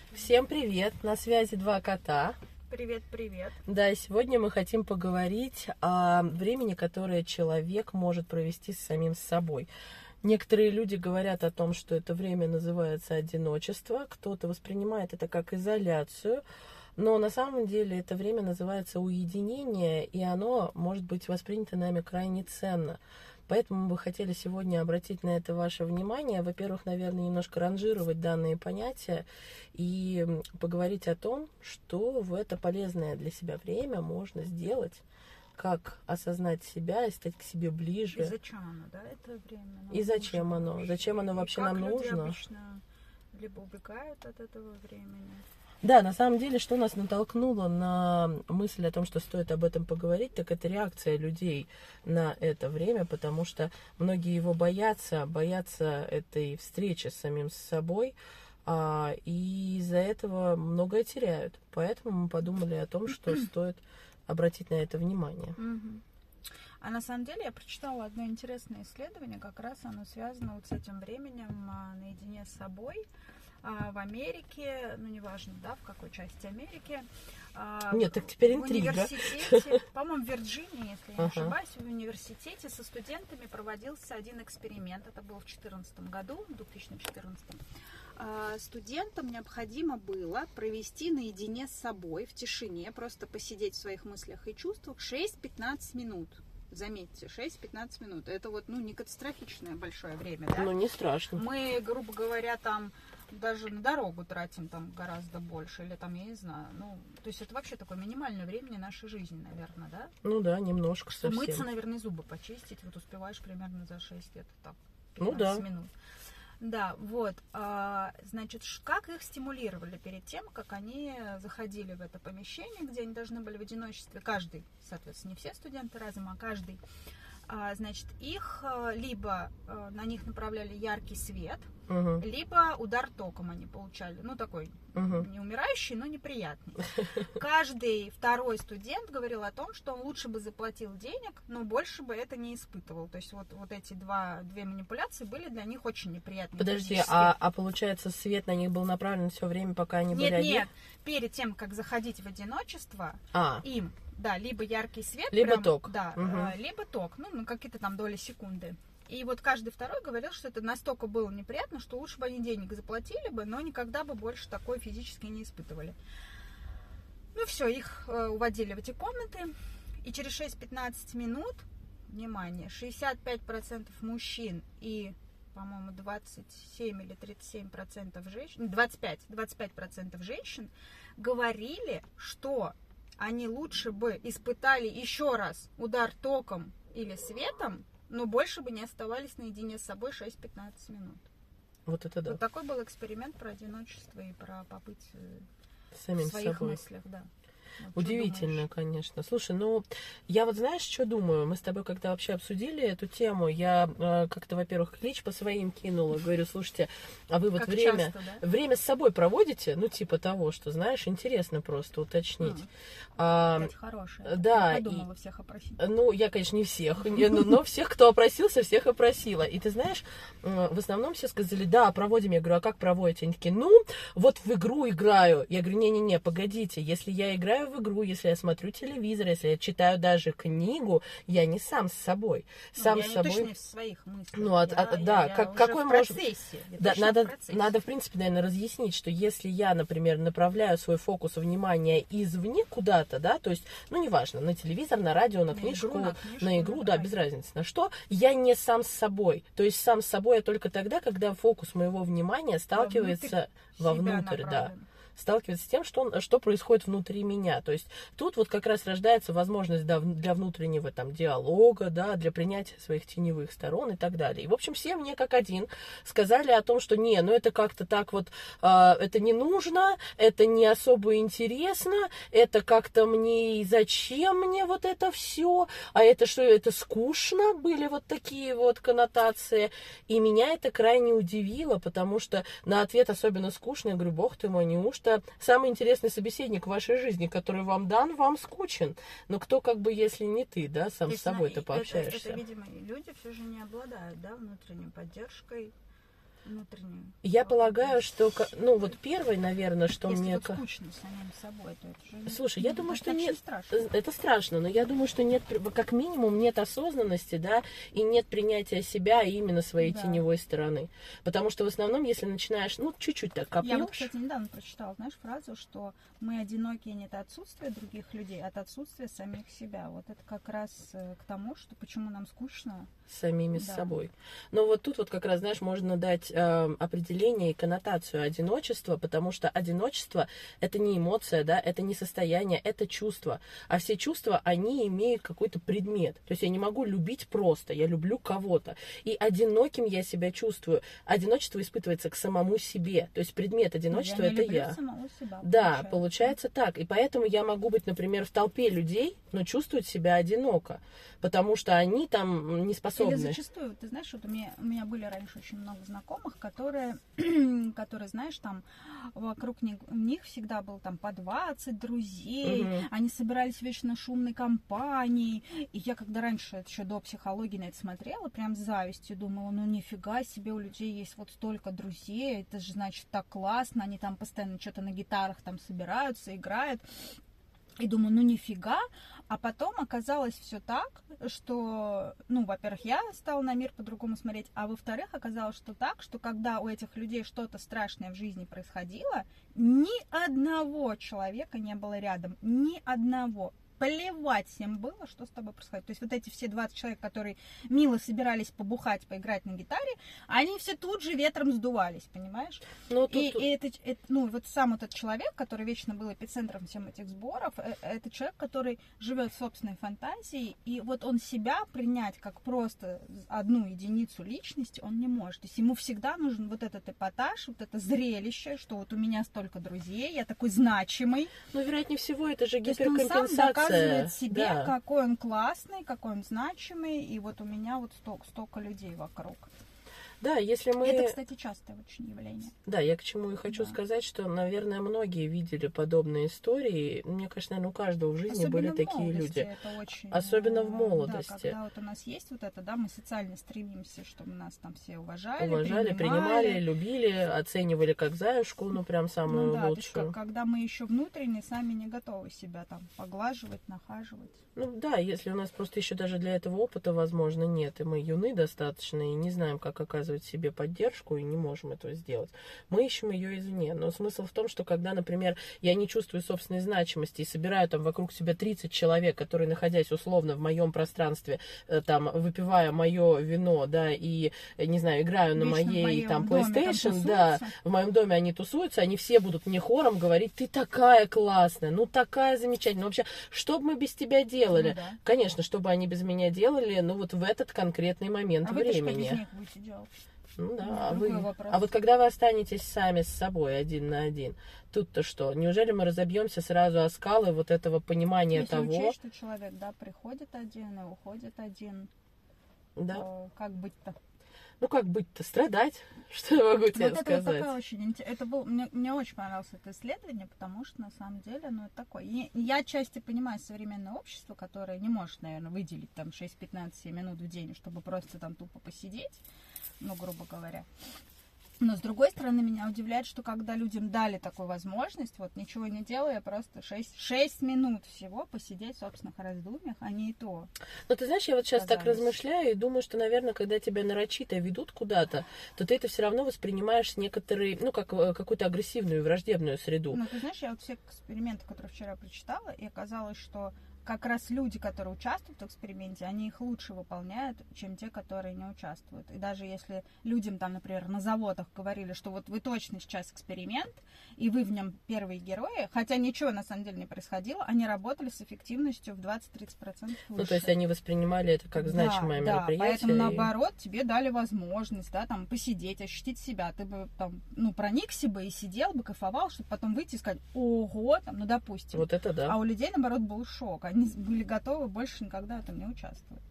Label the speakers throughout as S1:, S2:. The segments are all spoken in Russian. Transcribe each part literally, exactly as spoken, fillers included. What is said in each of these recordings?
S1: Всем привет! На связи два кота.
S2: Привет, привет.
S1: Да, и сегодня мы хотим поговорить о времени, которое человек может провести с самим собой. Некоторые люди говорят о том, что это время называется одиночество, кто-то воспринимает это как изоляцию, но на самом деле это время называется уединение, и оно может быть воспринято нами крайне ценно. Поэтому мы бы хотели сегодня обратить на это ваше внимание. Во-первых, наверное, немножко ранжировать данные понятия и поговорить о том, что в это полезное для себя время можно сделать, как осознать себя и стать к себе ближе.
S2: И зачем оно, да, это время? Нам
S1: и зачем оно?
S2: вообще?
S1: Зачем оно вообще
S2: и как
S1: нам
S2: люди
S1: нужно?
S2: Обычно либо убегают от этого времени.
S1: Да, на самом деле, что нас натолкнуло на мысль о том, что стоит об этом поговорить, так это реакция людей на это время, потому что многие его боятся, боятся этой встречи с самим собой, а, и из-за этого многое теряют. Поэтому мы подумали о том, что стоит обратить на это внимание.
S2: Угу. А на самом деле я прочитала одно интересное исследование, как раз оно связано вот с этим временем а, наедине с собой. А, в Америке, ну неважно, да, в какой части Америки. А,
S1: Нет, так теперь
S2: в
S1: интрига.
S2: университете, по-моему, в Вирджинии, если я не
S1: Ага.
S2: ошибаюсь, в университете со студентами проводился один эксперимент. Это был в две тысячи четырнадцатом году, в две тысячи четырнадцатом. А, студентам необходимо было провести наедине с собой в тишине, просто посидеть в своих мыслях и чувствах шесть-пятнадцать минут. Заметьте, шесть-пятнадцать минут. Это вот, ну, не катастрофичное большое время, да?
S1: Ну, не страшно.
S2: Мы, грубо говоря, там даже на дорогу тратим там гораздо больше, или там, я не знаю, ну, то есть это вообще такое минимальное времени нашей жизни, наверное, да?
S1: Ну да, немножко
S2: Что
S1: совсем.
S2: мыться, наверное, и зубы почистить, вот успеваешь примерно за шесть лет, так,
S1: Ну да.
S2: пятнадцать минут. Да, вот, а, значит, ш- как их стимулировали перед тем, как они заходили в это помещение, где они должны были в одиночестве, каждый, соответственно, не все студенты разом, а каждый, а, значит, их а, либо а, на них направляли яркий свет,
S1: Угу.
S2: либо удар током они получали, ну, такой
S1: Угу.
S2: не умирающий, но неприятный. Каждый второй студент говорил о том, что он лучше бы заплатил денег, но больше бы это не испытывал. То есть вот, вот эти два, две манипуляции были для них очень неприятные.
S1: Подожди,
S2: физически.
S1: а, а получается, свет на них был направлен все время, пока они были
S2: Нет,
S1: одни?
S2: нет, перед тем, как заходить в одиночество,
S1: А,
S2: им, да, либо яркий свет,
S1: Либо
S2: прям,
S1: ток.
S2: да,
S1: Мгм.
S2: а, либо ток, ну, на какие-то там доли секунды. И вот каждый второй говорил, что это настолько было неприятно, что лучше бы они денег заплатили бы, но никогда бы больше такое физически не испытывали. Ну все, их э, уводили в эти комнаты, и через шесть-пятнадцать минут, внимание, шестьдесят пять процентов мужчин и, по-моему, двадцать семь или тридцать семь процентов женщин, двадцать пять, двадцать пять процентов женщин говорили, что они лучше бы испытали еще раз удар током или светом, но больше бы не оставались наедине с собой шесть-пятнадцать минут.
S1: вот это да.
S2: Вот такой был эксперимент про одиночество и про побыть э,
S1: Самим
S2: в своих
S1: собой.
S2: мыслях, да. Вот что
S1: Удивительно,
S2: думаешь?
S1: конечно. Слушай, ну, я вот знаешь, что думаю? Мы с тобой как-то вообще обсудили эту тему. Я э, как-то, во-первых, клич по своим кинула. Говорю, слушайте, а вы вот
S2: Как
S1: время,
S2: часто, да?
S1: время с собой проводите? Ну, типа того, что, знаешь, интересно просто уточнить.
S2: М.
S1: А,
S2: Опять хорошая.
S1: да,
S2: Я
S1: и-
S2: подумала всех опросить.
S1: Ну, я, конечно, не всех, не- но но всех, кто опросился, всех опросила. И ты знаешь, э, в основном все сказали, да, проводим. Я говорю, а как проводите? Они такие, ну, вот в игру играю. Я говорю, не-не-не, погодите, если я играю в игру, если я смотрю телевизор, если я читаю даже книгу, я не сам с собой.
S2: Ну,
S1: Сам
S2: я
S1: с
S2: не
S1: собой...
S2: точно в своих мыслях.
S1: Ну, от-
S2: Я-
S1: от-
S2: я-
S1: да,
S2: я
S1: как-
S2: уже
S1: какой
S2: в
S1: может-
S2: процессе. Я
S1: Да,
S2: точно в
S1: надо,
S2: процессе.
S1: надо, в принципе, наверное, разъяснить, что если я, например, направляю свой фокус внимания извне куда-то, да, то есть, ну, неважно, на телевизор, на радио, на
S2: На
S1: книжку,
S2: игру, на книжку,
S1: на игру,
S2: на
S1: да,
S2: радио.
S1: без разницы на что, я не сам с собой. То есть сам с собой я только тогда, когда фокус моего внимания сталкивается вовнутрь,
S2: себя
S1: да.
S2: направлен.
S1: Сталкивается с тем, что, он- что происходит внутри меня. То есть тут вот как раз рождается возможность да, в- для внутреннего там диалога, да, для принятия своих теневых сторон и так далее. И, в общем, все мне как один сказали о том, что не, ну это как-то так вот, а, это не нужно, это не особо интересно, это как-то мне, и зачем мне вот это все, а это что, это скучно, были вот такие вот коннотации. И меня это крайне удивило, потому что на ответ особенно скучный, я говорю, бог ты мой, неужто самый интересный собеседник в вашей жизни, который вам дан, вам скучен. Но кто как бы, если не ты, да, сам
S2: То
S1: с
S2: есть на-
S1: собой-то
S2: это-
S1: пообщаешься.
S2: Это, видимо, люди все же не обладают, да, внутренней поддержкой. внутреннюю.
S1: Я полагаю, что, ну вот первое, наверное, что
S2: Если
S1: мне...
S2: вот скучно самим собой, то это же...
S1: Слушай, я думаю,
S2: это
S1: что нет...
S2: страшно.
S1: Это страшно, но я думаю, что нет, как минимум, нет осознанности, да, и нет принятия себя и именно своей
S2: Да.
S1: теневой стороны. Потому что в основном, если начинаешь, ну, чуть-чуть так копнешь...
S2: Я вот, кстати, недавно прочитала, знаешь, фразу, что мы одинокие не от отсутствия других людей, а от отсутствия самих себя. Вот это как раз к тому, что почему нам скучно.
S1: С самими
S2: Да.
S1: с собой. Но вот тут вот как раз, знаешь, можно дать э, определение и коннотацию одиночества, потому что одиночество — это не эмоция, да, это не состояние, это чувство. А все чувства, они имеют какой-то предмет. То есть я не могу любить просто, я люблю кого-то. И одиноким я себя чувствую. Одиночество испытывается к самому себе. То есть предмет одиночества —
S2: я не
S1: это
S2: люблю
S1: я.
S2: самого себя,
S1: Да,
S2: получается.
S1: получается так. И поэтому я могу быть, например, в толпе людей, но чувствовать себя одиноко. Потому что они там не способны.
S2: Или зачастую, ты знаешь, вот у меня, у меня были раньше очень много знакомых, которые, которые, знаешь, там вокруг них, них всегда был там по двадцать друзей,
S1: Мгм.
S2: они собирались вечно шумной компанией. И я когда раньше, еще до психологии на это смотрела, прям с завистью думала, ну нифига себе, у людей есть вот столько друзей, это же значит так классно, они там постоянно что-то на гитарах там собираются, играют. И думаю, ну нифига. А потом оказалось все так, что, ну, во-первых, я стала на мир по-другому смотреть, а во-вторых, оказалось, что так, что когда у этих людей что-то страшное в жизни происходило, ни одного человека не было рядом, ни одного. Плевать всем было, что с тобой происходит. То есть вот эти все двадцать человек, которые мило собирались побухать, поиграть на гитаре, они все тут же ветром сдувались, понимаешь?
S1: Ну, тут...
S2: И, и это, это, ну, вот сам этот человек, который вечно был эпицентром всем этих сборов, это человек, который живет в собственной фантазии, и вот он себя принять как просто одну единицу личности он не может. То есть ему всегда нужен вот этот эпатаж, вот это зрелище, что вот у меня столько друзей, я такой значимый.
S1: Ну, вероятнее всего, это же
S2: То есть он сам
S1: гиперкомпенсация.
S2: доказывает себе,
S1: Да.
S2: какой он классный, какой он значимый, и вот у меня вот столько, столько людей вокруг.
S1: Да, если мы...
S2: Это, кстати, частое очень явление.
S1: Да, я к чему и хочу
S2: Да.
S1: сказать, что, наверное, многие видели подобные истории. Мне кажется, наверное, у каждого в жизни
S2: Особенно
S1: были
S2: в
S1: такие
S2: молодости
S1: люди.
S2: это очень,
S1: Особенно в
S2: э,
S1: молодости.
S2: Да, когда вот у нас есть вот это, да, мы социально стремимся, чтобы нас там все уважали,
S1: Уважали, принимали, любили, оценивали как заюшку, ну, прям самую
S2: Ну да, то
S1: лучшую.
S2: есть, как- когда мы еще внутренне сами не готовы себя там поглаживать, нахаживать.
S1: Ну да, если у нас просто еще даже для этого опыта, возможно, нет, и мы юны достаточно, и не знаем, как оказывать себе поддержку, и не можем этого сделать, мы ищем ее извне. Но смысл в том, что когда, например, я не чувствую собственной значимости и собираю там вокруг себя тридцать человек, которые, находясь условно в моем пространстве, э, там, выпивая мое вино, да, и, э, не знаю, играю на
S2: Вечно в
S1: моей
S2: моем
S1: там
S2: доме там
S1: PlayStation, да,
S2: тусуются.
S1: в моем доме они тусуются, они все будут мне хором говорить, ты такая классная, ну такая замечательная, вообще, что бы мы без тебя делали?
S2: Ну да.
S1: Конечно, что бы они без меня делали, ну вот в этот конкретный момент
S2: А вы-то что
S1: времени.
S2: без них будете делать?
S1: Ну да,
S2: Ну,
S1: а,
S2: другой
S1: вы...
S2: вопрос.
S1: а вот когда вы останетесь сами с собой один на один, тут-то что? Неужели мы разобьемся сразу о скалы вот этого понимания
S2: Если
S1: того?
S2: учесть, что человек, да, приходит один и уходит один,
S1: Да.
S2: то как быть-то?
S1: Ну как быть-то? Страдать? Что я могу тебе
S2: Вот это вот
S1: сказать?
S2: такая очень инте- это был мне, мне очень понравилось это исследование, потому что на самом деле, ну это такое. И я отчасти понимаю современное общество, которое не может, наверное, выделить там шесть-пятнадцать минут в день, чтобы просто там тупо посидеть, ну грубо говоря. Но, с другой стороны, меня удивляет, что когда людям дали такую возможность, вот ничего не делая, просто шесть минут всего посидеть в собственных раздумьях, а не и то.
S1: Ну, ты знаешь, я вот сейчас так
S2: Казалось.
S1: размышляю и думаю, что, наверное, когда тебя нарочито ведут куда-то, то ты это все равно воспринимаешь с некоторой, ну, как э, какую-то агрессивную, враждебную среду.
S2: Ну, ты знаешь, я вот все эксперименты, которые вчера прочитала, и оказалось, что как раз люди, которые участвуют в эксперименте, они их лучше выполняют, чем те, которые не участвуют. И даже если людям там, например, на заводах говорили, что вот вы точно сейчас эксперимент, и вы в нем первые герои, хотя ничего на самом деле не происходило, они работали с эффективностью в двадцать-тридцать процентов выше.
S1: Ну, то есть они воспринимали это как значимое
S2: да,
S1: мероприятие.
S2: Да, поэтому
S1: и-
S2: наоборот тебе дали возможность, да, там посидеть, ощутить себя, ты бы там, ну, проникся бы и сидел бы, кайфовал, чтобы потом выйти и сказать, ого, там, ну, допустим.
S1: Вот это да.
S2: А у людей, наоборот, был шок. Они были готовы больше никогда в этом не участвовать.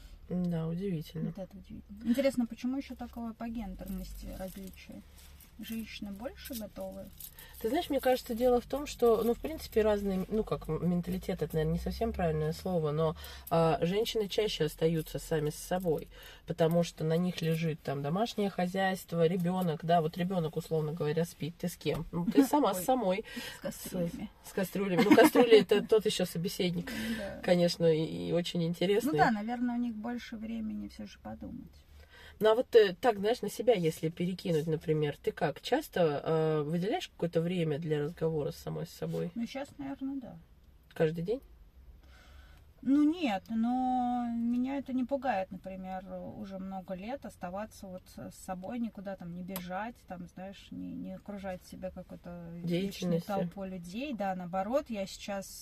S1: Да, удивительно.
S2: Вот это удивительно. Интересно, почему еще такое по гендерности различие? Женщины больше готовы?
S1: Ты знаешь, мне кажется, дело в том, что, ну, в принципе, разные, ну, как менталитет, это, наверное, не совсем правильное слово, но а, женщины чаще остаются сами с собой, потому что на них лежит там домашнее хозяйство, ребенок, да, вот ребенок, условно говоря, спит, ты с кем? Ну, ты сама с самой.
S2: С кастрюлями.
S1: С, с кастрюлями. Ну, кастрюли это тот еще собеседник, конечно, и очень интересный.
S2: Ну да, наверное, у них больше времени все же подумать.
S1: Ну, а вот э, так, знаешь, на себя, если перекинуть, например, ты как, часто э, выделяешь какое-то время для разговора с самой с собой?
S2: Ну, сейчас, наверное, да.
S1: Каждый день?
S2: Ну, нет, но меня это не пугает, например, уже много лет оставаться вот с собой, никуда там не бежать, там, знаешь, не, не окружать себя какой-то вечной толпой людей. Да, наоборот, я сейчас...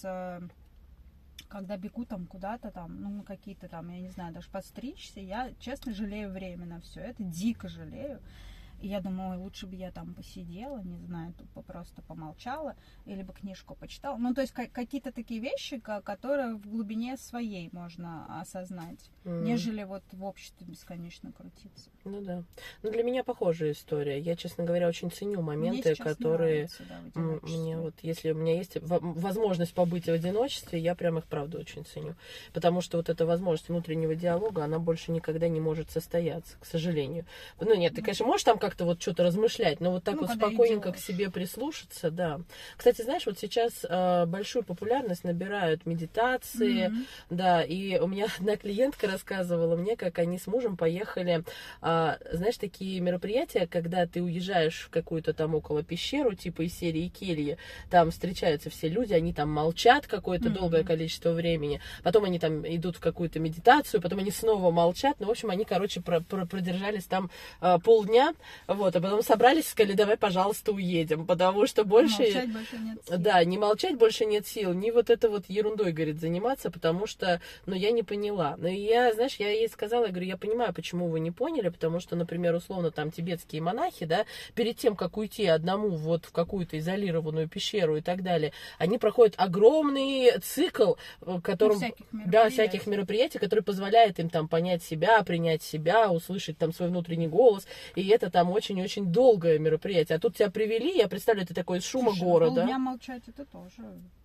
S2: когда бегу там куда-то там, ну, на какие-то там, я не знаю, даже подстричься, я, честно, жалею время на все это, дико жалею. И я думаю, лучше бы я там посидела, не знаю, тупо просто помолчала, или бы книжку почитала. Ну, то есть какие-то такие вещи, которые в глубине своей можно осознать, mm. нежели вот в обществе бесконечно крутиться.
S1: Ну да. Ну, для меня похожая история. Я, честно говоря, очень ценю моменты, которые...
S2: Нравится, да,
S1: мне вот, если у меня есть возможность побыть в одиночестве, я прям их, правда, очень ценю. Потому что вот эта возможность внутреннего диалога, она больше никогда не может состояться, к сожалению. Ну, нет, ты, конечно, можешь там как-то вот что-то размышлять, но вот так ну, вот спокойненько к себе прислушаться, да. Kстати, знаешь, вот сейчас э, большую популярность набирают медитации, mm-hmm. да, и у меня одна клиентка рассказывала мне, как они с мужем поехали, э, знаешь, такие мероприятия, когда ты уезжаешь в какую-то там около пещеру, типа из серии кельи, там встречаются все люди, они там молчат какое-то mm-hmm. долгое количество времени, потом они там идут в какую-то медитацию, потом они снова молчат, ну, в общем, они, короче, про- про- продержались там э, полдня, вот, а потом собрались и сказали, давай, пожалуйста, уедем, потому что больше...
S2: Молчать больше нет сил.
S1: Да, не молчать больше нет сил, не вот это вот ерундой, говорит, заниматься, потому что, ну, я не поняла. Ну, и я, знаешь, я ей сказала, я говорю, я понимаю, почему вы не поняли, потому что, например, условно, там, тибетские монахи, да, перед тем, как уйти одному вот в какую-то изолированную пещеру и так далее, они проходят огромный цикл, которым...
S2: Всяких
S1: да, всяких мероприятий, который позволяет им там понять себя, принять себя, услышать там свой внутренний голос, и это там очень-очень долгое мероприятие. А тут тебя привели, я представляю, это такой из шума
S2: Слушай,
S1: города.
S2: Полдня молчать, это тоже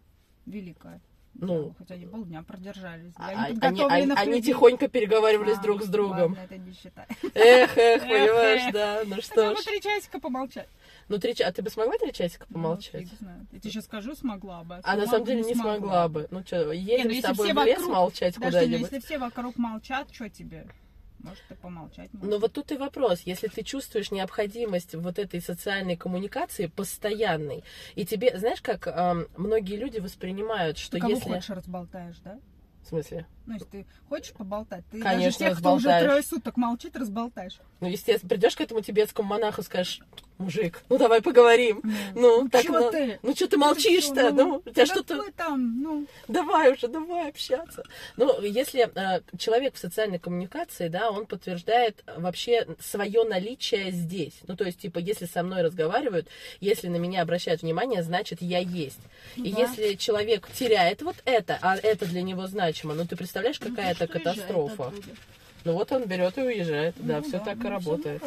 S2: великое.
S1: Ну,
S2: да, хоть они полдня продержались.
S1: А, они, они, они тихонько переговаривались а, друг с другом.
S2: Ладно, это не считай.
S1: Эх, эх, понимаешь, да, ну что ж.
S2: Хотя бы три часика помолчать.
S1: Ну, три часа. А ты бы смогла три часика помолчать?
S2: Ну, знаю. Я тебе сейчас скажу, смогла бы.
S1: А на самом деле не смогла, смогла бы. Ну что, едем с тобой в лес вокруг... молчать
S2: Подожди,
S1: куда-нибудь?
S2: Если все вокруг молчат, что тебе? Может, ты помолчать можешь.
S1: Но вот тут и вопрос. Если ты чувствуешь необходимость вот этой социальной коммуникации постоянной, и тебе, знаешь, как эм, многие люди воспринимают, что
S2: ты кого
S1: если...
S2: хочешь разболтаешь, да?
S1: В смысле?
S2: Ну, если ты хочешь поболтать, ты
S1: конечно,
S2: даже тех, кто уже трое суток молчит, разболтаешь.
S1: Ну, естественно, придешь к этому тибетскому монаху, скажешь, мужик, ну давай поговорим.
S2: Mm.
S1: Ну,
S2: ну
S1: так,
S2: чё
S1: ну,
S2: ты?
S1: Ну, что ты молчишь-то? Ну,
S2: ну,
S1: у тебя что-то...
S2: там, ну...
S1: Давай уже, давай общаться. Ну, если э, человек в социальной коммуникации, да, он подтверждает вообще свое наличие здесь. Ну, то есть, типа, если со мной разговаривают, если на меня обращают внимание, значит, я есть. И
S2: да.
S1: если человек теряет вот это, а это для него значимо, ну, ты представляешь, какая это ну, катастрофа. Ну, вот он берет и уезжает. Ну, да, все да, так и работает.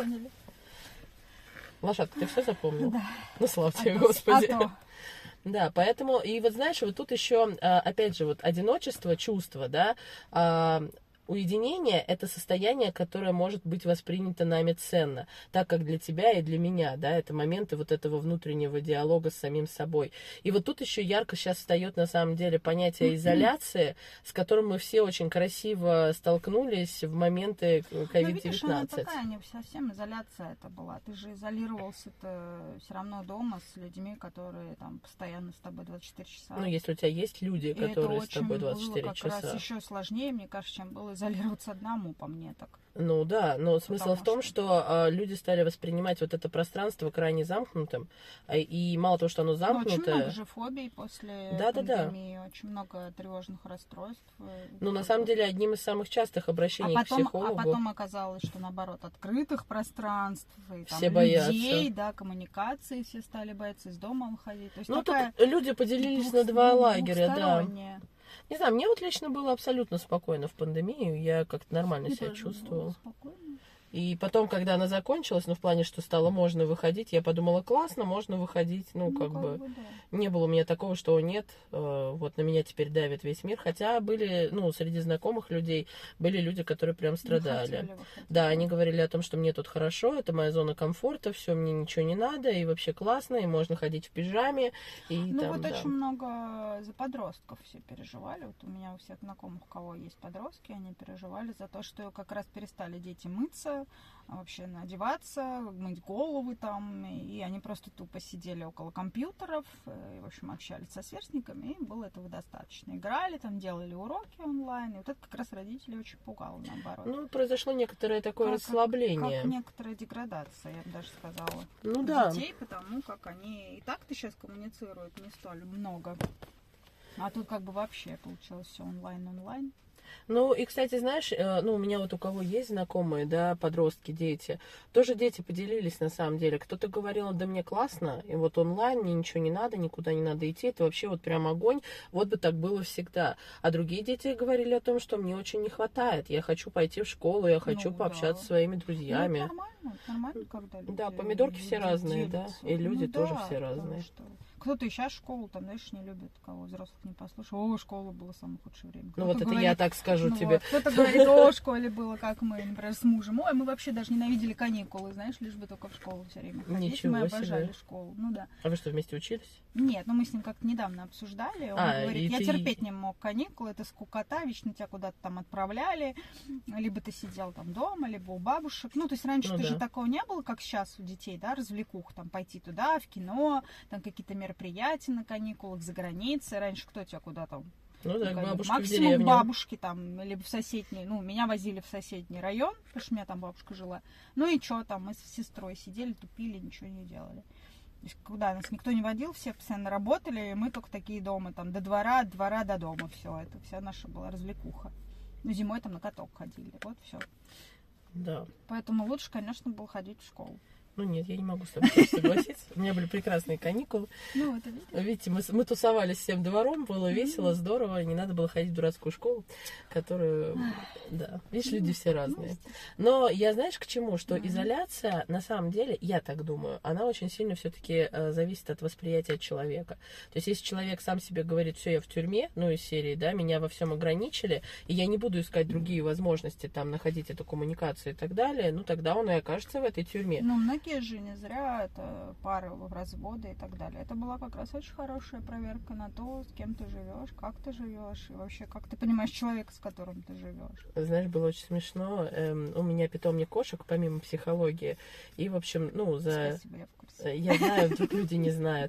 S1: Лошадка, ты все запомнил?
S2: Да.
S1: Ну, слава тебе,
S2: а
S1: Господи.
S2: А то.
S1: Да, поэтому, и вот знаешь, вот тут еще, опять же, вот одиночество, чувство, да, уединение – это состояние, которое может быть воспринято нами ценно, так как для тебя и для меня, да, это моменты вот этого внутреннего диалога с самим собой. И вот тут еще ярко сейчас встает на самом деле понятие изоляции, с которым мы все очень красиво столкнулись в моменты ковид девятнадцать.
S2: Ну, видишь, она такая, не совсем изоляция это была. Ты же изолировался-то все равно дома с людьми, которые там постоянно с тобой двадцать четыре часа.
S1: Ну, если у тебя есть люди,
S2: и
S1: которые с тобой двадцать четыре
S2: было
S1: часа.
S2: Это раз еще сложнее, мне кажется, чем было изолироваться одному, по мне так.
S1: Ну да, но смысл
S2: Потому
S1: в том,
S2: что,
S1: что а, люди стали воспринимать вот это пространство крайне замкнутым, а, и мало того, что оно замкнутое...
S2: Ну, очень много же фобий после
S1: да,
S2: пандемии,
S1: да, да.
S2: очень много тревожных расстройств.
S1: Ну, на самом деле, одним из самых частых обращений
S2: а потом,
S1: к психологу...
S2: А потом оказалось, что, наоборот, открытых пространств, и, там,
S1: все
S2: людей, да, коммуникации все стали бояться из дома выходить. То есть
S1: ну,
S2: такая
S1: тут люди поделились на два лагеря, да.
S2: Не
S1: знаю, мне вот лично было абсолютно спокойно в пандемию, я как-то нормально
S2: Мне
S1: себя
S2: тоже
S1: чувствовала.
S2: Спокойно.
S1: И потом, когда она закончилась, ну, в плане, что стало можно выходить, я подумала, классно, можно выходить. Ну,
S2: Ну,
S1: как,
S2: как
S1: бы,
S2: бы, да.
S1: не было у меня такого, что нет, э, вот на меня теперь давит весь мир. Хотя были, ну, среди знакомых людей были люди, которые прям
S2: Не
S1: страдали.
S2: хотели выходить,
S1: Да, они говорили о том, что мне тут хорошо, это моя зона комфорта, все, мне ничего не надо, и вообще классно, и можно ходить в пижаме. И
S2: Ну,
S1: там,
S2: вот
S1: да.
S2: очень много за подростков все переживали. Вот у меня у всех знакомых, у кого есть подростки, они переживали за то, что как раз перестали дети мыться, вообще одеваться, мыть головы там, и они просто тупо сидели около компьютеров, и, в общем, общались со сверстниками, и было этого достаточно. Играли там, делали уроки онлайн, и вот это как раз родителей очень пугало, наоборот.
S1: Ну, произошло некоторое такое
S2: Как-
S1: расслабление.
S2: Как некоторая деградация, я бы даже сказала.
S1: Ну да.
S2: Детей, потому как они и так-то сейчас коммуницируют не столь много. А тут как бы вообще получилось все онлайн-онлайн.
S1: Ну, и, кстати, знаешь, э, ну, у меня вот у кого есть знакомые, да, подростки, дети, тоже дети поделились на самом деле. Кто-то говорил, да мне классно, и вот онлайн, мне ничего не надо, никуда не надо идти, это вообще вот прям огонь, вот бы так было всегда. А другие дети говорили о том, что мне очень не хватает, я хочу пойти в школу, я хочу
S2: Ну,
S1: пообщаться
S2: да.
S1: со своими
S2: Ну, это
S1: друзьями.
S2: нормально, это нормально, когда люди
S1: Да, помидорки все
S2: люди
S1: разные, да,
S2: делятся.
S1: и люди
S2: Ну
S1: тоже
S2: да,
S1: все
S2: потому
S1: разные.
S2: что кто-то и сейчас школу, там, знаешь, не любит, кого взрослых не послушал. О, школа была самое худшее время.
S1: Ну,
S2: Кто-то
S1: вот это
S2: говорит,
S1: я так скажу
S2: ну
S1: тебе.
S2: вот, кто-то говорит, о, в школе было, как мы, например, с мужем. Ой, мы вообще даже ненавидели каникулы, знаешь, лишь бы только в школу все время ходить.
S1: Ничего
S2: Мы
S1: себе.
S2: обожали школу. Ну да.
S1: А вы что, вместе учились?
S2: Нет, ну мы с ним как-то недавно обсуждали. Он
S1: А, и
S2: говорит, я
S1: ты-
S2: терпеть не мог каникулы, это скукота, вечно тебя куда-то там отправляли. Либо ты сидел там дома, либо у бабушек. Ну, то есть раньше
S1: Ну
S2: ты
S1: да.
S2: же такого не было, как сейчас у детей, да, развлекух, там пойти туда, в кино, там какие-то мероприятия на каникулах, за границей. Раньше кто тебя куда там?
S1: Ну да,
S2: Ну,
S1: к
S2: как бы
S1: бабушке в
S2: максимум к
S1: деревню.
S2: бабушке там, либо в соседний, ну, меня возили в соседний район, потому что у меня там бабушка жила. Ну и что там, мы с сестрой сидели, тупили, ничего не делали. То есть, куда нас никто не водил, все постоянно работали, и мы только такие дома, там, до двора, от двора до дома, все, это вся наша была развлекуха. Ну, зимой там на каток ходили, вот все.
S1: Да.
S2: Поэтому лучше, конечно, было ходить в школу.
S1: Ну нет, я не могу с тобой тоже согласиться. У меня были прекрасные каникулы.
S2: Ну, это видишь?
S1: Видите, мы, с- мы тусовались всем двором, было весело, здорово, не надо было ходить в дурацкую школу, которую, да, видишь, люди все разные. Но я, знаешь, к чему, что
S2: Мгм.
S1: изоляция, на самом деле, я так думаю, она очень сильно все-таки зависит от восприятия человека. То есть, если человек сам себе говорит, все, я в тюрьме, ну, из серии, да, меня во всем ограничили, и я не буду искать другие возможности, там, находить эту коммуникацию и так далее, ну, тогда он и окажется в этой тюрьме.
S2: Ну, многие же не зря это пары в разводы и так далее. Это была как раз очень хорошая проверка на то, с кем ты живешь, как ты живешь, и вообще, как ты понимаешь человека, с которым ты живешь.
S1: Знаешь, было очень смешно. Эм, у меня питомник кошек, помимо психологии. И, в общем, ну, за...
S2: Спасибо, я в курсе.
S1: э, Я знаю, вдруг люди не знают.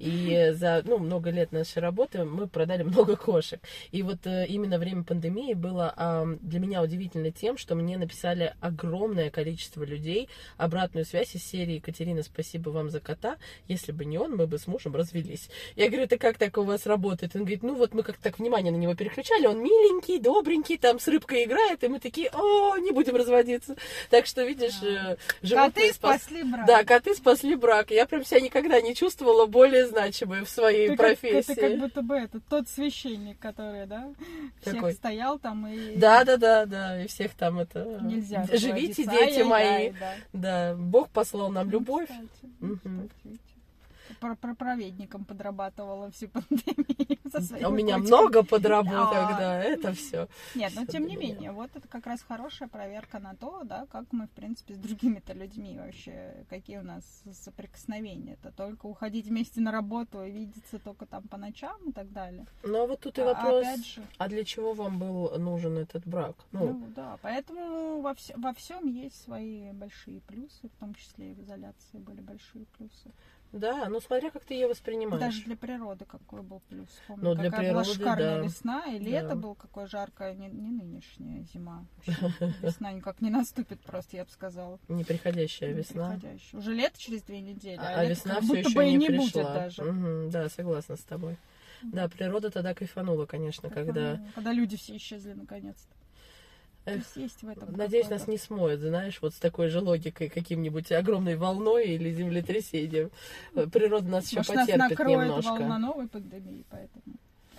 S1: И за, ну, много лет нашей работы мы продали много кошек. И вот э, именно время пандемии было э, для меня удивительно тем, что мне написали огромное количество людей обратную связь из серии «Екатерина, спасибо вам за кота. Если бы не он, мы бы с мужем развелись». Я говорю, это как так у вас работает? Он говорит, ну вот мы как-то так внимание на него переключали, он миленький, добренький, там с рыбкой играет, и мы такие, о, не будем разводиться. Так что, видишь, э, животные
S2: Коты
S1: спас-
S2: спасли брак.
S1: Да, коты спасли брак. Я прям себя никогда не чувствовала более значимой в своей
S2: Ты как-
S1: профессии.
S2: это как будто бы это тот священник, который, да, всех
S1: Какой?
S2: стоял там и...
S1: Да, да, да, да, и всех там это...
S2: Нельзя.
S1: Живите,
S2: говорится,
S1: дети мои.
S2: ай-яй-яй, да.
S1: Да, Бог послал нам
S2: Ну,
S1: любовь.
S2: кстати, ну,
S1: Мгм.
S2: кстати, видите. Про- Проповедником подрабатывала всю пандемию со своими
S1: У меня
S2: котиками.
S1: много подработок,
S2: Да.
S1: да, это все.
S2: Нет, но
S1: Всё
S2: тем
S1: для
S2: не
S1: меня.
S2: менее, вот это как раз хорошая проверка на то, да, как мы, в принципе, с другими-то людьми вообще, какие у нас соприкосновения. Это только уходить вместе на работу и видеться только там по ночам и так далее.
S1: Ну, а вот тут и
S2: А
S1: вопрос,
S2: опять же,
S1: а для чего вам был нужен этот брак? Ну,
S2: ну да, поэтому во, вс- во всем есть свои большие плюсы, в том числе и в изоляции были большие плюсы.
S1: да, ну смотря как ты ее воспринимаешь.
S2: Даже для природы какой был плюс. Помню,
S1: Ну, для
S2: какая была
S1: природы,
S2: шикарная
S1: да.
S2: весна, и лето
S1: Да.
S2: было какое жаркое, не, не нынешняя зима. Вообще, весна никак не наступит просто, я бы сказала.
S1: Неприходящая весна.
S2: Неприходящая. Уже лето через две недели, а,
S1: А, а
S2: лето
S1: весна
S2: как
S1: все
S2: будто
S1: еще
S2: бы и
S1: не
S2: не
S1: пришла.
S2: будет даже.
S1: Мгм, да, согласна с тобой. Да, природа тогда кайфанула, конечно,
S2: Как
S1: когда...
S2: оно- когда люди все исчезли наконец-то. То
S1: Эх,
S2: есть есть в этом
S1: Надеюсь,
S2: какое-то-
S1: нас не смоет, знаешь, вот с такой же логикой, каким-нибудь огромной волной или землетрясением. Э, Природа нас еще
S2: Может, нас
S1: потерпит
S2: накроет
S1: немножко.
S2: волна новой пандемии, поэтому...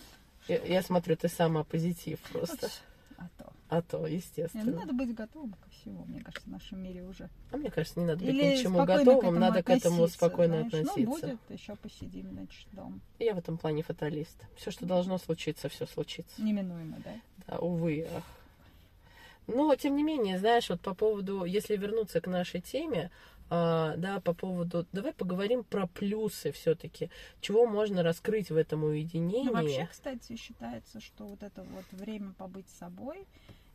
S1: Я, я смотрю, ты сама позитив просто.
S2: А то.
S1: А то,
S2: Не, ну,
S1: естественно.
S2: надо быть готовым ко всему. всего, мне кажется, в нашем мире уже.
S1: А мне кажется, не надо быть
S2: Или
S1: ни к чему
S2: спокойно
S1: готовым,
S2: к этому
S1: надо к этому
S2: относиться,
S1: спокойно
S2: знаешь.
S1: относиться.
S2: Ну, будет, еще посидим, значит, дома.
S1: Я в этом плане фаталист. Все, что должно случиться, все случится.
S2: Неминуемо, да?
S1: Да, увы, ах. Но, тем не менее, знаешь, вот по поводу, если вернуться к нашей теме, а, да, по поводу, давай поговорим про плюсы все-таки, чего можно раскрыть в этом уединении.
S2: Ну, вообще, кстати, считается, что вот это вот время побыть с собой,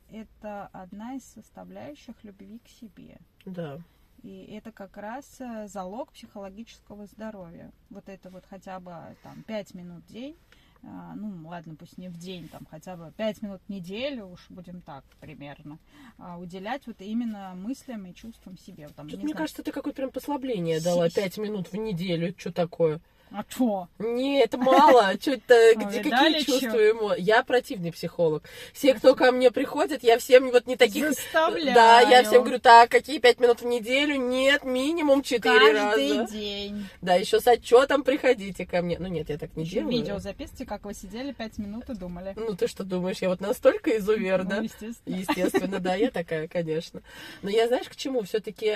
S2: это одна из составляющих любви к себе.
S1: Да.
S2: И это как раз залог психологического здоровья. Вот это вот хотя бы там пять минут в день, а, ну ладно, пусть не в день, там хотя бы пять минут в неделю, уж будем так примерно, а, уделять вот именно мыслям и чувствам себе. Там,
S1: Мне
S2: знаю,
S1: кажется, ты какое-то прям послабление дала, пять минут в неделю, что такое?
S2: А что?
S1: Нет, мало. Что-то, где какие чувства ему? Я противный психолог. Все, кто ко мне приходят, я всем вот не таких...
S2: Заставляю.
S1: Да, я всем говорю, так, какие пять минут в неделю? Нет, минимум четыре раза.
S2: Каждый день.
S1: Да, еще с отчетом приходите ко мне. Ну нет, я так не
S2: еще
S1: делаю.
S2: Видео записывайте, как вы сидели пять минут и думали.
S1: Ну ты что думаешь, я вот настолько изувер,
S2: Ну,
S1: да?
S2: естественно.
S1: Естественно, да, я такая, конечно. Но я, знаешь, к чему? Все-таки,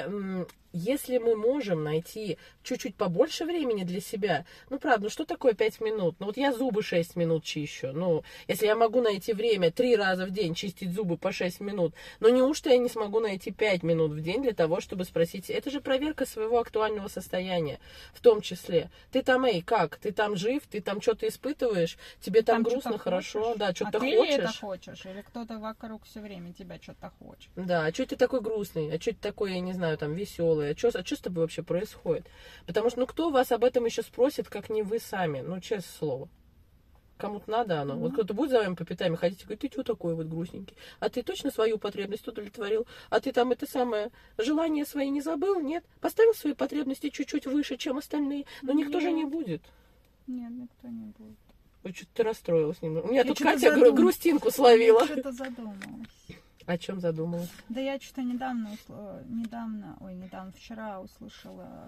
S1: если мы можем найти чуть-чуть побольше времени для себя, ну, правда, ну что такое пять минут? Ну, вот я зубы шесть минут чищу. Ну, если я могу найти время три раза в день чистить зубы по шесть минут, но неужто я не смогу найти пять минут в день для того, чтобы спросить? Это же проверка своего актуального состояния, в том числе. Ты там, эй, как? Ты там жив? Ты там что-то испытываешь? Тебе там, там грустно, хорошо?
S2: Хочешь?
S1: Да, что-то
S2: а ты
S1: хочешь?
S2: это хочешь? Или кто-то вокруг все время тебя что-то хочет?
S1: Да, а что ты такой грустный? А что ты такой, я не знаю, там, веселый? А что а с тобой вообще происходит? Потому что, ну, кто вас об этом еще спросит, как не вы сами? Ну, честное слово. Кому-то надо оно. Mm-hmm. Вот кто-то будет за вами по пятам ходить и говорит, ты что такой вот грустненький? А ты точно свою потребность удовлетворил? А ты там это самое, желания свои не забыл? Нет? Поставил свои потребности чуть-чуть выше, чем остальные? Но Нет. никто же не будет.
S2: Нет, никто не будет.
S1: Ой, что-то ты расстроилась немного. У меня
S2: я
S1: тут Катя
S2: задум...
S1: грустинку словила.
S2: Я что-то задумалась.
S1: О чем задумалась?
S2: Да я что-то недавно, недавно, ой, недавно, вчера услышала,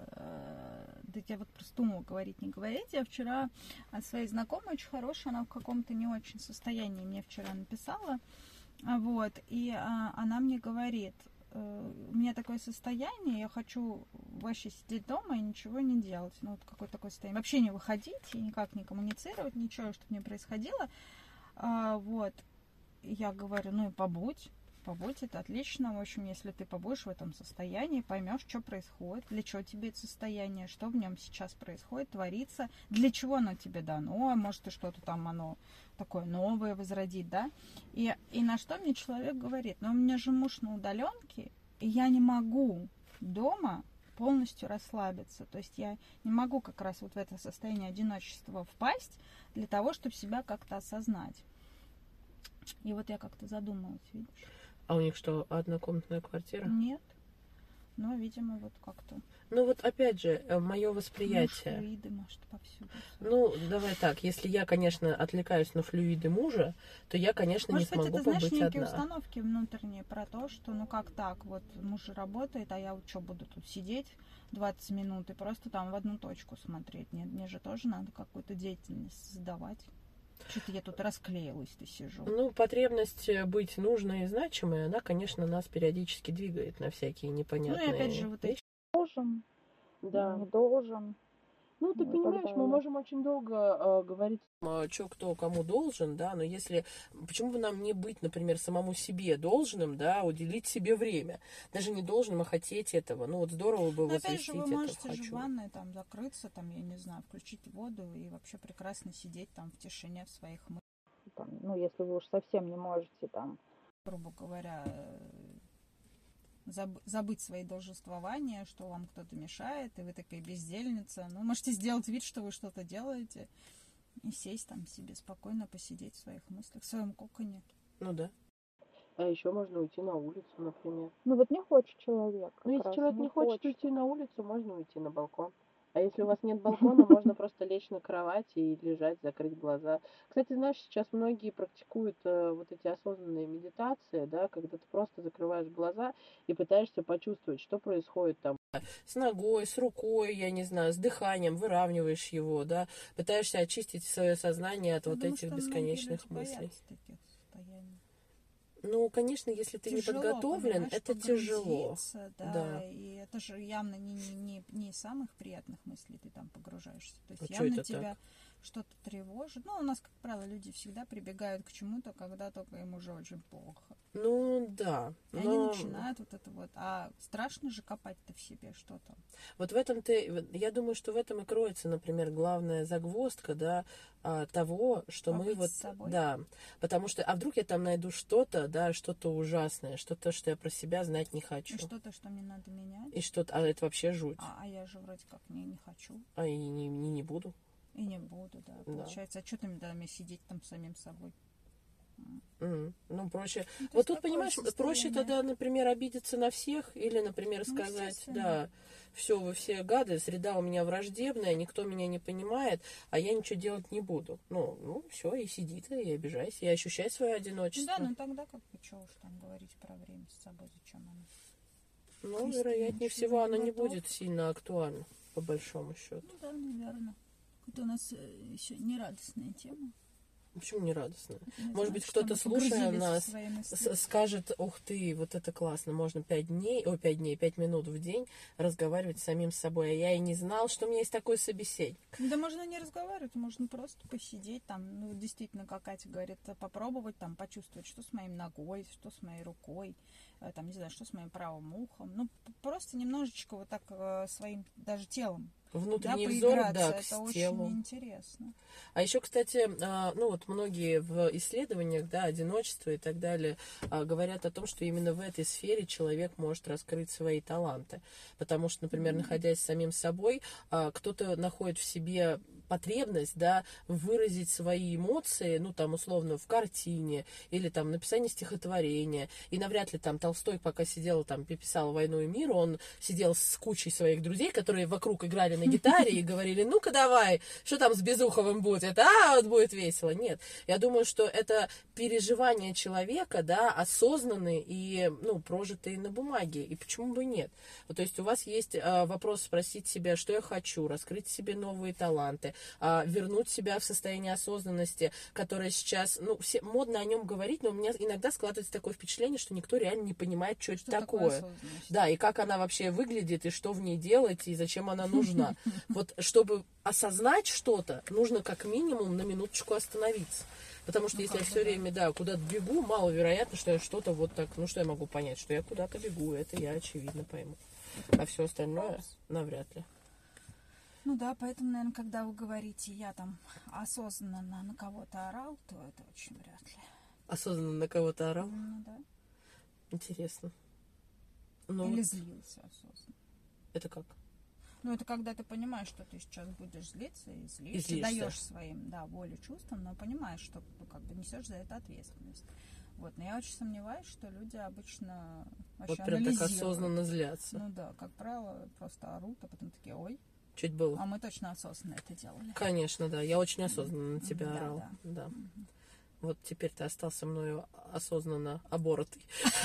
S2: э, да я вот просто думала, говорить, не говорить. Я вчера от своей знакомой, очень хорошей, она в каком-то не очень состоянии мне вчера написала, вот, и а, она мне говорит, э, у меня такое состояние, я хочу вообще сидеть дома и ничего не делать, ну вот какое-то такое состояние, вообще не выходить и никак не коммуницировать, ничего, чтобы не происходило, а, вот, я говорю, ну и побудь. Побудь, это отлично. В общем, если ты побудешь в этом состоянии, поймешь, что происходит, для чего тебе это состояние, что в нем сейчас происходит, творится, для чего оно тебе дано, а может и что-то там оно такое новое возродит, да. И, и на что мне человек говорит, ну у меня же муж на удаленке, и я не могу дома полностью расслабиться. То есть я не могу как раз вот в это состояние одиночества впасть для того, чтобы себя как-то осознать. И вот я как-то задумалась, видишь.
S1: А у них что, однокомнатная квартира?
S2: Нет. Но, видимо, вот как-то.
S1: Ну вот опять же, мое восприятие.
S2: Ну, флюиды, может, повсюду.
S1: Ну, давай так, если я, конечно, отвлекаюсь на флюиды мужа, то я, конечно,
S2: может,
S1: не
S2: быть,
S1: смогу
S2: это, знаешь,
S1: побыть
S2: некие
S1: одна.
S2: установки внутренние про то, что ну как так, вот муж работает, а я вот что, буду тут сидеть двадцать минут и просто там в одну точку смотреть. Нет, мне же тоже надо какую-то деятельность создавать. Что-то я тут расклеилась-то сижу.
S1: Ну, потребность быть нужной и значимой, она, конечно, нас периодически двигает на всякие непонятные
S2: Ну, и опять же, вот
S1: вещи.
S2: Должен,
S1: да.
S2: не должен.
S1: Ну, ты
S2: ну,
S1: понимаешь, мы можем очень долго э, говорить, э, что кто кому должен, да, но если, почему бы нам не быть, например, самому себе должным, да, уделить себе время, даже не должным, а хотеть этого, ну, вот здорово бы
S2: но
S1: возвестить
S2: опять же, вы
S1: это
S2: можете
S1: «хочу».
S2: же в ванной там закрыться, там, я не знаю, включить воду и вообще прекрасно сидеть там в тишине в своих мыслях. Там, ну, если вы уж совсем не можете там, грубо говоря, забыть свои должествования, что вам кто-то мешает, и вы такая бездельница. Ну, можете сделать вид, что вы что-то делаете, и сесть там себе спокойно, посидеть в своих мыслях, в своем коконе.
S1: Ну да. А еще можно уйти на улицу, например.
S2: Ну вот не хочет человек.
S1: Ну, если человек не, не хочет, хочет уйти на улицу, можно уйти на балкон. А если у вас нет балкона, можно просто лечь на кровати и лежать, закрыть глаза. Кстати, знаешь, сейчас многие практикуют э, вот эти осознанные медитации, да, когда ты просто закрываешь глаза и пытаешься почувствовать, что происходит там. С ногой, с рукой, я не знаю, с дыханием, выравниваешь его, да, пытаешься очистить свое сознание от
S2: Я
S1: вот
S2: думаю,
S1: этих
S2: что
S1: бесконечных
S2: мыслей.
S1: Таких
S2: состояний.
S1: Ну, конечно, если ты
S2: тяжело,
S1: не подготовлен, это тяжело.
S2: Да,
S1: да,
S2: и это же явно не, не, не, не из самых приятных мыслей ты там погружаешься. То есть
S1: а
S2: явно
S1: это
S2: тебя
S1: так?
S2: что-то тревожит. Ну, у нас, как правило, люди всегда прибегают к чему-то, когда только им уже очень плохо.
S1: Ну, да.
S2: И
S1: Но...
S2: они начинают вот это вот. А страшно же копать-то в себе что-то.
S1: Вот в этом ты, я думаю, что в этом и кроется, например, главная загвоздка, да, того, что
S2: Побыть
S1: мы вот,
S2: с собой.
S1: да, потому что, а вдруг я там найду что-то, да, что-то ужасное, что-то, что я про себя знать не хочу.
S2: И что-то, что мне надо менять.
S1: И что-то, а это вообще жуть.
S2: А, а я же вроде как не, не хочу.
S1: А и не, не, не буду.
S2: И не буду, да.
S1: Да.
S2: Получается, а что ты мне сидеть там самим собой?
S1: Mm. Ну, проще.
S2: Ну,
S1: вот тут, понимаешь,
S2: состояние.
S1: проще тогда, например, обидеться на всех, или, например,
S2: Ну,
S1: сказать, да, все, вы все гады, среда у меня враждебная, никто меня не понимает, а я ничего делать не буду. Ну, ну, все, и сиди ты, и обижайся, и ощущай свое одиночество.
S2: Да, ну тогда как бы, что уж там говорить про время с собой, зачем оно?
S1: Ну,
S2: Если
S1: вероятнее
S2: ничего
S1: всего,
S2: не
S1: оно не
S2: готов.
S1: будет сильно актуально, по большому счету.
S2: Ну да, наверное. Это у нас еще нерадостная тема.
S1: Почему не радостно?
S2: Не
S1: Может
S2: знаю,
S1: быть,
S2: что
S1: кто-то,
S2: мы
S1: слушая
S2: погрузились в
S1: нас,
S2: свои мысли.
S1: с- скажет, ух ты, вот это классно, можно пять дней, о, пять дней, пять минут в день разговаривать с самим собой. А я и не знал, что у меня есть такой собеседник.
S2: Да можно не разговаривать, можно просто посидеть там, ну, действительно, как Катя говорит, попробовать там, почувствовать, что с моей ногой, что с моей рукой, э, там, не знаю, что с моим правым ухом. Ну, п- просто немножечко вот так э, своим даже телом,
S1: Внутренний
S2: да,
S1: взор,
S2: поиграться.
S1: да,
S2: Это
S1: к
S2: очень
S1: телу.
S2: интересно.
S1: А еще, кстати, а, ну вот многие в исследованиях, да, одиночества и так далее, а, говорят о том, что именно в этой сфере человек может раскрыть свои таланты. Потому что, например,
S2: Мгм.
S1: находясь самим собой, а, кто-то находит в себе потребность, да, выразить свои эмоции, ну, там, условно, в картине или там написании стихотворения. И навряд ли там Толстой, пока сидел, там, писал «Войну и мир», он сидел с кучей своих друзей, которые вокруг играли на гитаре и говорили: ну-ка давай, что там с Безуховым будет? А, вот будет весело. Нет. Я думаю, что это переживания человека, да, осознанные и, ну, прожитые на бумаге. И почему бы нет? Вот, то есть у вас есть а, вопрос спросить себя, что я хочу, раскрыть в себе новые таланты, а, вернуть себя в состояние осознанности, которое сейчас, ну, все модно о нем говорить, но у меня иногда складывается такое впечатление, что никто реально не понимает, что,
S2: Что
S1: это такое.
S2: осознанность?
S1: Да, и как она вообще выглядит, и что в ней делать, и зачем она нужна. Вот чтобы осознать что-то, нужно как минимум на минуточку остановиться. Потому что
S2: Ну,
S1: если я
S2: как бы
S1: все
S2: да.
S1: время, да, куда-то бегу, маловероятно, что я что-то вот так, ну что я могу понять, что я куда-то бегу, это я очевидно пойму. А все остальное навряд ли.
S2: Ну да, поэтому, наверное, когда вы говорите, я там осознанно на кого-то орал, то это очень вряд ли.
S1: Осознанно на кого-то орал.
S2: Ну да.
S1: Интересно. Ну,
S2: Или злился осознанно.
S1: это как?
S2: Ну, это когда ты понимаешь, что ты сейчас будешь злиться и злишься,
S1: И злишься.
S2: даешь своим, да, волю чувствам, но понимаешь, что ну, как бы несешь за это ответственность. Вот, но я очень сомневаюсь, что люди обычно вообще
S1: Вот прям так
S2: анализируют.
S1: осознанно злятся.
S2: Ну да, как правило, просто орут, а потом такие, ой,
S1: Чуть было.
S2: а мы точно осознанно это делали.
S1: Конечно, да. Я очень осознанно на тебя
S2: Да,
S1: орал.
S2: да.
S1: Да. Вот теперь ты остался мною осознанно оборотый.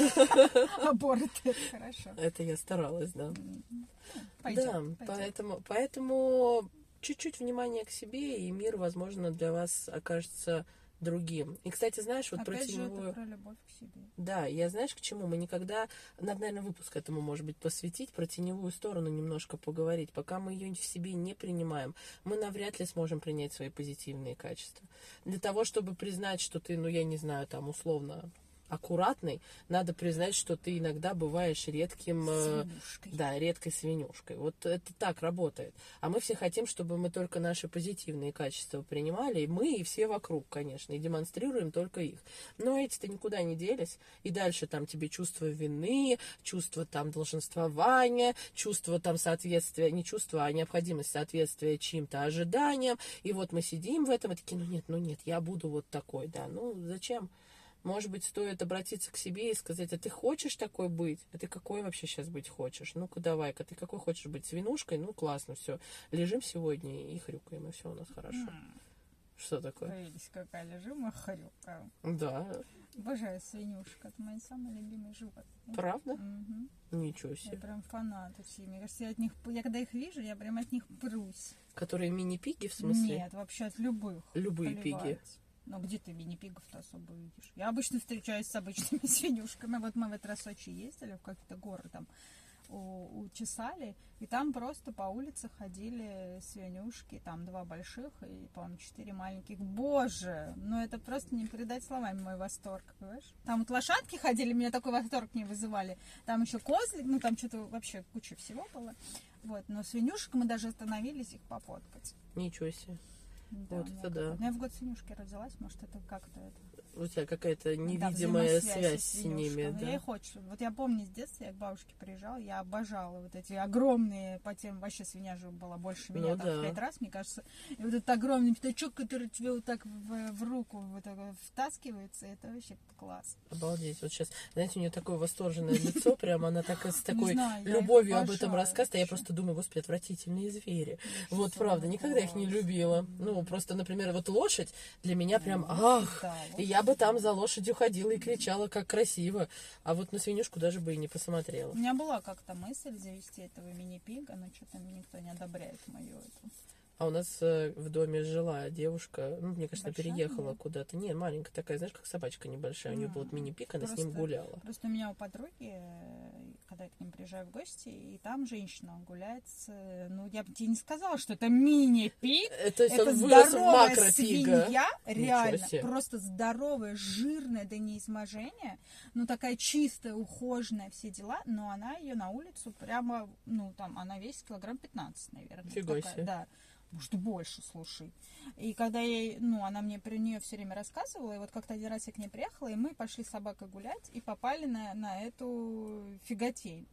S2: Аборт, это хорошо.
S1: Это я старалась, да.
S2: Пойдет,
S1: Да,
S2: пойдет.
S1: поэтому, поэтому чуть-чуть внимания к себе, и мир, возможно, для вас окажется другим. И, кстати, знаешь, вот про
S2: Опять же,
S1: теневую...
S2: это про любовь к себе.
S1: Да, я знаешь, к чему? Мы никогда... Надо, наверное, выпуск этому, может быть, посвятить, про теневую сторону немножко поговорить. Пока мы ее в себе не принимаем, мы навряд ли сможем принять свои позитивные качества. Для того, чтобы признать, что ты, ну, я не знаю, там, условно... аккуратный, надо признать, что ты иногда бываешь редким, э,
S2: Свинюшкой.
S1: да, редкой свинюшкой. Вот это так работает. А мы все хотим, чтобы мы только наши позитивные качества принимали, и мы, и все вокруг, конечно, и демонстрируем только их. Но эти-то никуда не делись, и дальше там тебе чувство вины, чувство там долженствования, чувство там соответствия, не чувство, а необходимость соответствия чьим-то ожиданиям, и вот мы сидим в этом и такие, ну нет, ну нет, я буду вот такой, да, ну зачем? Может быть, стоит обратиться к себе и сказать, а ты хочешь такой быть? А ты какой вообще сейчас быть хочешь? Ну-ка, давай-ка, ты какой хочешь быть? Свинушкой? Ну, классно, все. Лежим сегодня и хрюкаем, и все у нас хорошо.
S2: М,
S1: Что такое?
S2: Прелесть какая, лежим и хрюкаем.
S1: Да,
S2: Обожаю свинюшек, это мои самые любимые животные.
S1: правда?
S2: Мгм.
S1: Ничего
S2: Я
S1: себе.
S2: прям фанат всей. Мне кажется, я от них, я когда их вижу, я прям от них прусь.
S1: Которые мини-пиги, в смысле?
S2: Нет, вообще от любых.
S1: Любые
S2: Плевать.
S1: пиги.
S2: Ну, где ты мини-пигов-то особо видишь? Я обычно встречаюсь с обычными свинюшками. Вот мы в этот раз в Сочи ездили, в какие-то горы там у, у Чесали, и там просто по улице ходили свинюшки, там два больших и, по-моему, четыре маленьких. Боже, ну это просто не передать словами мой восторг, понимаешь? Там вот лошадки ходили, меня такой восторг не вызывали. Там еще козлик, ну там что-то вообще куча всего было. Вот, но свинюшек мы даже остановились их пофоткать.
S1: Ничего себе.
S2: Да,
S1: Вот это да.
S2: Ну, я в год свинюшки родилась, может, это как-то это...
S1: У тебя какая-то
S2: Да,
S1: невидимая
S2: взаимосвязь
S1: связь
S2: с
S1: с ними,
S2: свинюшками.
S1: да?
S2: Я их очень... Вот я помню, с детства я к бабушке приезжала, я обожала вот эти огромные, по тем вообще свинья же была больше меня,
S1: Ну,
S2: там,
S1: да.
S2: в пять раз, мне кажется. И вот этот огромный пятачок, который тебе вот так в, в руку вот так вот втаскивается, это вообще класс.
S1: Обалдеть. Вот сейчас, знаете, у нее такое восторженное лицо, прям она так с такой
S2: знаю, я их
S1: любовью об этом
S2: обожаю
S1: рассказывает. А я
S2: вообще.
S1: просто думаю, господи, отвратительные звери.
S2: Вообще
S1: Вот
S2: самое
S1: правда, никогда их не
S2: класс.
S1: любила. Ну, просто, например, вот лошадь для меня прям, ах,
S2: Да,
S1: и я бы там за лошадью ходила и кричала, как красиво. А вот на свинюшку даже бы и не посмотрела.
S2: У меня была как-то мысль завести этого мини-пига, но что-то никто не одобряет мою эту.
S1: А у нас э, в доме жила девушка, ну, мне кажется,
S2: Большая,
S1: переехала
S2: да?
S1: куда-то. Не, маленькая такая, знаешь, как собачка небольшая. У нее был вот мини-пик, она с ним
S2: Просто-
S1: гуляла.
S2: Просто у меня у подруги, э, когда я к ним приезжаю в гости, и там женщина гуляет с... э, Ну, я бы тебе не сказала, что это мини-пиг.
S1: Э, То есть
S2: Это
S1: он вырос в
S2: здоровая
S1: макропига.
S2: свинья, реально,
S1: себе.
S2: просто здоровая, жирная до неизможения, ну, такая чистая, ухоженная, все дела, но она ее на улицу прямо, ну, там, она весит килограмм пятнадцать, наверное.
S1: Фига
S2: такая,
S1: себе.
S2: Да. Может, и больше, слушай. И когда я, ну, она мне про нее все время рассказывала, и вот как-то один раз я к ней приехала, и мы пошли с собакой гулять, и попали на, на эту фиготень.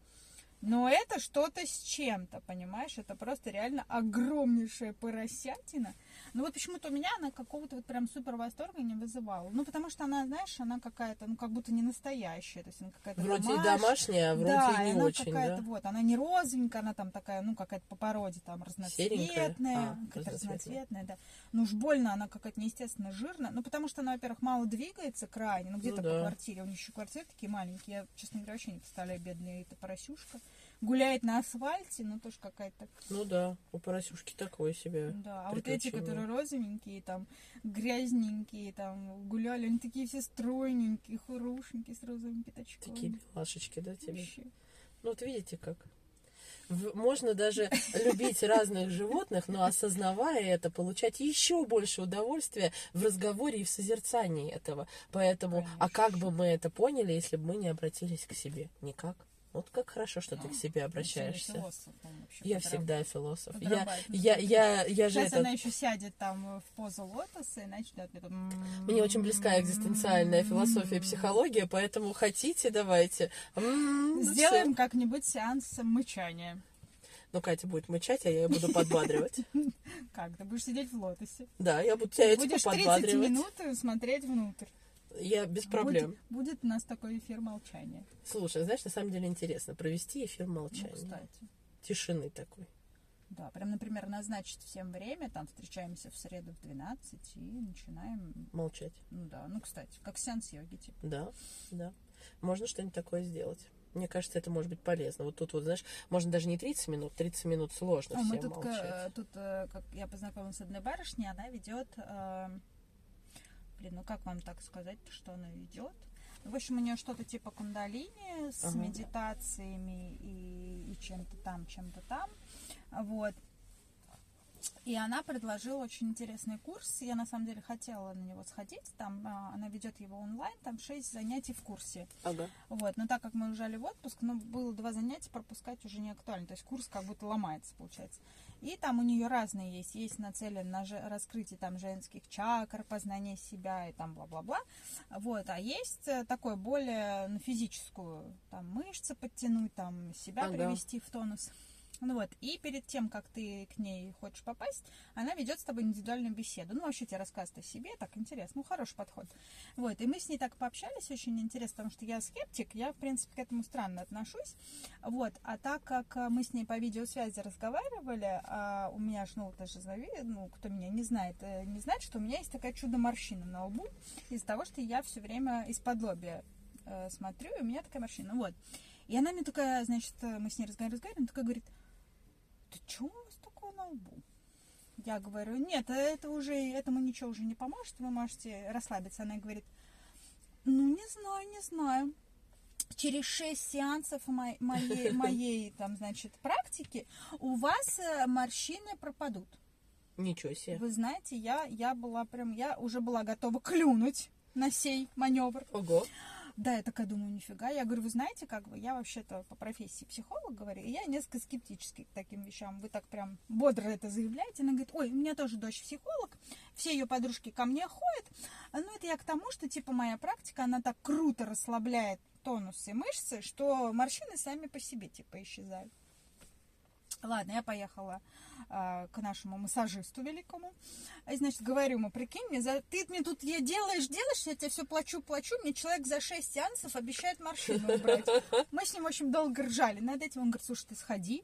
S2: Но это что-то с чем-то, понимаешь? Это просто реально огромнейшая поросятина. Ну вот почему-то у меня она какого-то вот прям супер восторга не вызывала. Ну потому что она, знаешь, она какая-то, ну как будто не настоящая. То есть она какая-то
S1: Вроде и
S2: домаш-
S1: домашняя, а вроде
S2: да,
S1: и не
S2: она
S1: очень,
S2: какая-то
S1: да?
S2: вот, она не розовенькая, она там такая, ну какая-то по породе там разноцветная,
S1: Серенькая? А,
S2: какая-то
S1: разноцветная.
S2: разноцветная, да. Ну уж больно она какая-то неестественно жирная. Ну потому что она, во-первых, мало двигается крайне, ну где-то
S1: Ну, да.
S2: по квартире. У нее еще квартиры такие маленькие. Я, честно говоря, вообще не представляю, бедная эта поросюшка. Гуляет на асфальте, ну тоже какая-то.
S1: Ну да, у поросюшки такое себе.
S2: Да, а вот эти,
S1: приключение.
S2: которые розовенькие, там, грязненькие, там, гуляли, они такие все стройненькие, хорошенькие, с розовыми пятачками.
S1: Такие милашечки, да, тебе?
S2: Вообще.
S1: Ну вот видите как. В- Можно даже любить разных животных, но осознавая это, получать еще больше удовольствия в разговоре и в созерцании этого. Поэтому, а как бы мы это поняли, если бы мы не обратились к себе? Никак. Вот как хорошо, что ты к себе обращаешься.
S2: Философ, он вообще
S1: Я
S2: подраб-
S1: всегда философ. Я,
S2: подрабатывает.
S1: я, я, я же
S2: Сейчас
S1: этот...
S2: она еще сядет там в позу лотоса и начнет... мне тут
S1: Мне очень близка экзистенциальная философия и психология, поэтому хотите, давайте. М, ну
S2: Сделаем
S1: всё.
S2: как-нибудь сеанс мычания.
S1: Ну, Катя будет мычать, а я ее буду подбадривать.
S2: Как? Ты будешь сидеть в лотосе.
S1: Да, я буду тебя
S2: Будешь
S1: типа
S2: тридцать
S1: подбадривать.
S2: минут смотреть внутрь.
S1: Я без проблем.
S2: Будет, будет у нас такой эфир молчания.
S1: Слушай, знаешь, на самом деле интересно провести эфир
S2: Ну,
S1: молчания.
S2: кстати.
S1: Тишины такой.
S2: Да, прям, например, назначить всем время, там встречаемся в среду в двенадцать и начинаем,
S1: Молчать.
S2: ну да, ну, кстати, как сеанс йоги, типа.
S1: Да, да. Можно что-нибудь такое сделать. Мне кажется, это может быть полезно. Вот тут вот, знаешь, можно даже не тридцать минут, тридцать минут сложно
S2: А,
S1: всем
S2: мы тут,
S1: молчать.
S2: э, тут э, как я познакомилась с одной барышней, она ведет, э, блин, ну как вам так сказать, что она ведет? В общем, у нее что-то типа кундалини с
S1: Ага.
S2: медитациями и, и чем-то там, чем-то там, вот. И она предложила очень интересный курс. Я на самом деле хотела на него сходить. Там а, она ведет его онлайн, там шесть занятий в курсе.
S1: Ага.
S2: Вот. Но так как мы уезжали в отпуск, ну, было два занятия, пропускать уже не актуально. То есть курс как будто ломается, получается. И там у нее разные есть. Есть нацелен на же- раскрытие там женских чакр, познание себя и там бла-бла-бла. Вот. А есть э, такое более ну, физическую. Там мышцы подтянуть, там себя
S1: Ага.
S2: привести в тонус. Ну вот, и перед тем, как ты к ней хочешь попасть, она ведет с тобой индивидуальную беседу. Ну, вообще тебе рассказывает о себе, так интересно, ну, хороший подход. Вот, и мы с ней так пообщались, очень интересно, потому что я скептик, я, в принципе, к этому странно отношусь. Вот, а так как мы с ней по видеосвязи разговаривали, а у меня ж, ну, даже, ну, кто меня не знает, не знает, что у меня есть такая чудо-морщина на лбу из-за того, что я все время из-под лобья э, смотрю, и у меня такая морщина. Вот. И она мне такая, значит, мы с ней разговариваем, разговариваем, такая говорит: ты чего у вас такое на лбу? Я говорю, нет, это уже, этому ничего уже не поможет, вы можете расслабиться. Она говорит, ну, не знаю, не знаю. Через шесть сеансов моей, моей, моей там, значит, практики у вас морщины пропадут.
S1: Ничего себе.
S2: Вы знаете, я, я была прям, я уже была готова клюнуть на сей маневр.
S1: Ого.
S2: Да, я такая думаю, нифига. Я говорю, вы знаете, как бы, я вообще-то по профессии психолог, говорю, и я несколько скептически к таким вещам. Вы так прям бодро это заявляете. Она говорит, ой, у меня тоже дочь психолог, все ее подружки ко мне ходят. Ну, это я к тому, что, типа, моя практика, она так круто расслабляет тонус и мышцы, что морщины сами по себе, типа, исчезают. Ладно, я поехала э, к нашему массажисту великому. И, значит, говорю ему, прикинь, мне за... ты мне тут я делаешь, делаешь, я тебе все плачу, плачу. Мне человек за шесть сеансов обещает морщину убрать. Мы с ним очень долго ржали над этим. Он говорит, слушай, ты сходи.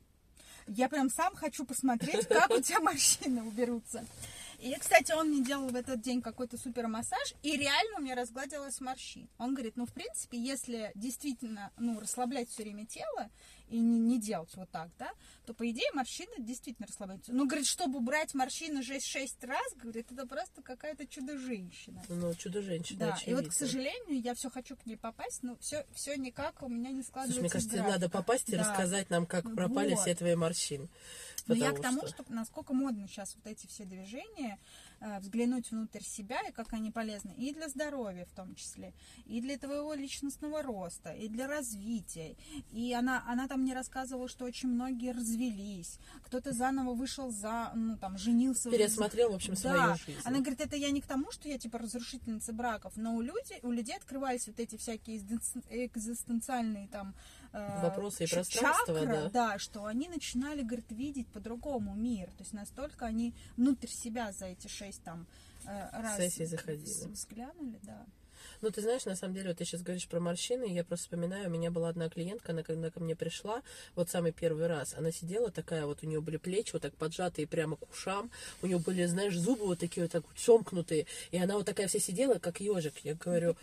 S2: Я прям сам хочу посмотреть, как у тебя морщины уберутся. И, кстати, он мне делал в этот день какой-то супер массаж, и реально у меня разгладилась морщина. Он говорит, ну, в принципе, если действительно, ну, расслаблять все время тело и не, не делать вот так, да, то, по идее, морщины действительно расслабляются. Ну, говорит, чтобы убрать морщины шесть, шесть раз, говорит, это просто какая-то чудо-женщина.
S1: Ну, чудо-женщина,
S2: да,
S1: очевидно.
S2: и вот, к сожалению, я все хочу к ней попасть, но все, все никак у меня не складывается.
S1: Слушай, мне кажется,
S2: график.
S1: надо попасть и
S2: да.
S1: рассказать нам, как пропали
S2: вот.
S1: все твои морщины.
S2: Но я к тому,
S1: что...
S2: что насколько модно сейчас вот эти все движения, э, взглянуть внутрь себя и как они полезны и для здоровья в том числе, и для твоего личностного роста, и для развития. И она, она там мне рассказывала, что очень многие развелись, кто-то заново вышел за, ну там, женился.
S1: Пересмотрел, в общем,
S2: да.
S1: свою жизнь.
S2: Она говорит, это я не к тому, что я типа разрушительница браков, но у людей, у людей открывались вот эти всякие экзистенциальные там
S1: вопросы и пространства,
S2: чакры,
S1: да.
S2: да, что они начинали, говорит, видеть по-другому мир. То есть настолько они внутрь себя за эти шесть там раз
S1: сессий заходили.
S2: Взглянули, да.
S1: Ну, ты знаешь, на самом деле, вот ты сейчас говоришь про морщины, я просто вспоминаю, у меня была одна клиентка, она когда ко мне пришла, вот самый первый раз, она сидела такая, вот у нее были плечи вот так поджатые прямо к ушам, у нее были, знаешь, зубы вот такие вот так вот сомкнутые, и она вот такая вся сидела, как ежик. Я говорю...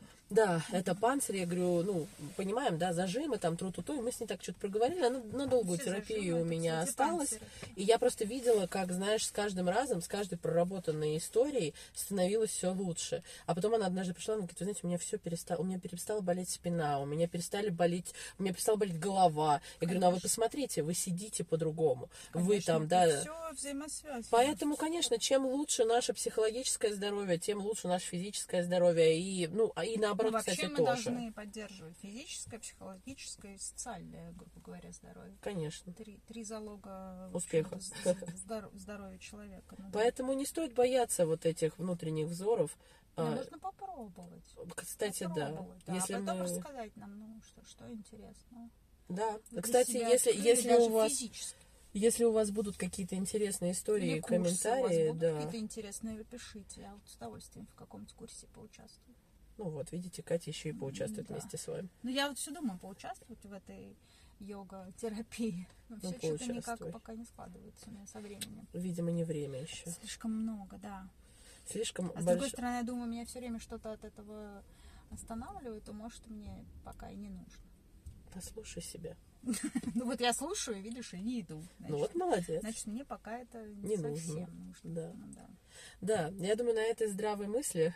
S1: Да, это панцирь, я говорю, ну, понимаем, да, зажимы, там, тру-ту-ту, и мы с ней так что-то проговорили, она на долгую
S2: все
S1: терапию
S2: зажимы,
S1: у меня
S2: это,
S1: осталась,
S2: панциры.
S1: И я просто видела, как, знаешь, с каждым разом, с каждой проработанной историей становилось все лучше. А потом она однажды пришла, она говорит, вы знаете, у меня все перестало, у меня перестала болеть спина, у меня перестали болеть, у меня перестала болеть голова. Я говорю, ну, а вы посмотрите, вы сидите по-другому, вы там, да.
S2: Все взаимосвязано.
S1: Поэтому, конечно, чем лучше наше психологическое здоровье, тем лучше наше физическое здоровье, и, ну, и наоборот,
S2: ну,
S1: кстати,
S2: вообще мы
S1: тоже.
S2: должны поддерживать физическое, психологическое и социальное, грубо говоря, здоровье.
S1: Конечно.
S2: Три, три залога
S1: успеха
S2: здоров, здоровья человека. Ну,
S1: поэтому да. Не стоит бояться вот этих внутренних взоров.
S2: Ну, нужно попробовать.
S1: Кстати,
S2: попробовать,
S1: да.
S2: да.
S1: Если
S2: а потом
S1: мы...
S2: рассказать нам, ну, что, что интересно.
S1: Да.
S2: Вы
S1: кстати, если, если у вас...
S2: Физически.
S1: Если у вас будут какие-то интересные истории,
S2: или
S1: комментарии,
S2: у вас будут
S1: да.
S2: какие-то интересные, вы пишите. Я вот с удовольствием в каком-то курсе поучаствую.
S1: Ну вот, видите, Катя еще и поучаствует да. вместе с вами.
S2: Ну, я вот все думаю поучаствовать в этой йога-терапии. Но
S1: ну,
S2: все что-то никак пока не складывается у меня со временем.
S1: Видимо, не время еще.
S2: Слишком много, да.
S1: Слишком
S2: а с
S1: больш...
S2: другой стороны, я думаю, меня все время что-то от этого останавливает, то, может, мне пока и не нужно.
S1: Послушай себя.
S2: Ну вот я слушаю, видишь, и не иду.
S1: Ну вот молодец.
S2: Значит, мне пока это
S1: не
S2: совсем
S1: нужно.
S2: нужно.
S1: Да.
S2: Ну, да.
S1: да, я думаю, на этой здравой мысли,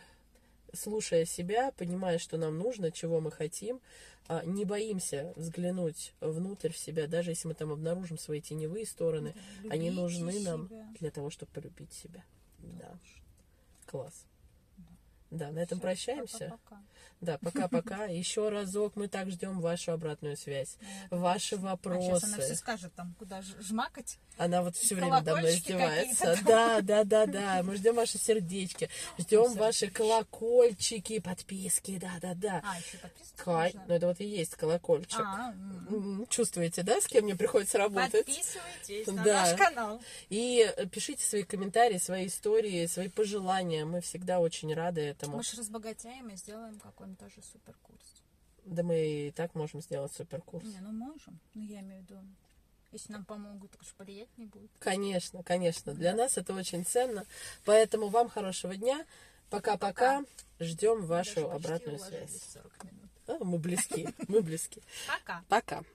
S1: слушая себя, понимая, что нам нужно, чего мы хотим, не боимся взглянуть внутрь в себя, даже если мы там обнаружим свои теневые стороны, да, они нужны себя. Нам для того, чтобы полюбить себя. Да. да. Класс. Да, на этом Все, прощаемся.
S2: Пока-пока.
S1: Да, пока-пока. Еще разок мы так ждем вашу обратную связь, ну, ваши вопросы. А
S2: сейчас она все скажет, там, куда жмакать.
S1: Она вот все время над мной издевается. Да, да, да, да. Мы ждем ваши сердечки, ждем ну, ваши колокольчики, подписки, да, да, да.
S2: А, еще подписки.
S1: Кай... Ну, это вот и есть колокольчик.
S2: А, м-м.
S1: Чувствуете, да, с кем мне приходится работать?
S2: Подписывайтесь на
S1: да.
S2: наш канал.
S1: И пишите свои комментарии, свои истории, свои пожелания. Мы всегда очень рады этому.
S2: Мы же разбогатеем и сделаем какой-нибудь тоже суперкурс.
S1: Да мы и так можем сделать суперкурс.
S2: Не, ну можем. Ну, я имею в виду, если нам помогут, так уж приятнее будет.
S1: Конечно, конечно. Для да. нас это очень ценно. Поэтому вам хорошего дня. Пока-пока. Ждем вашу обратную связь.
S2: сорок минут.
S1: А, мы близки. Мы близки.
S2: Пока.
S1: Пока.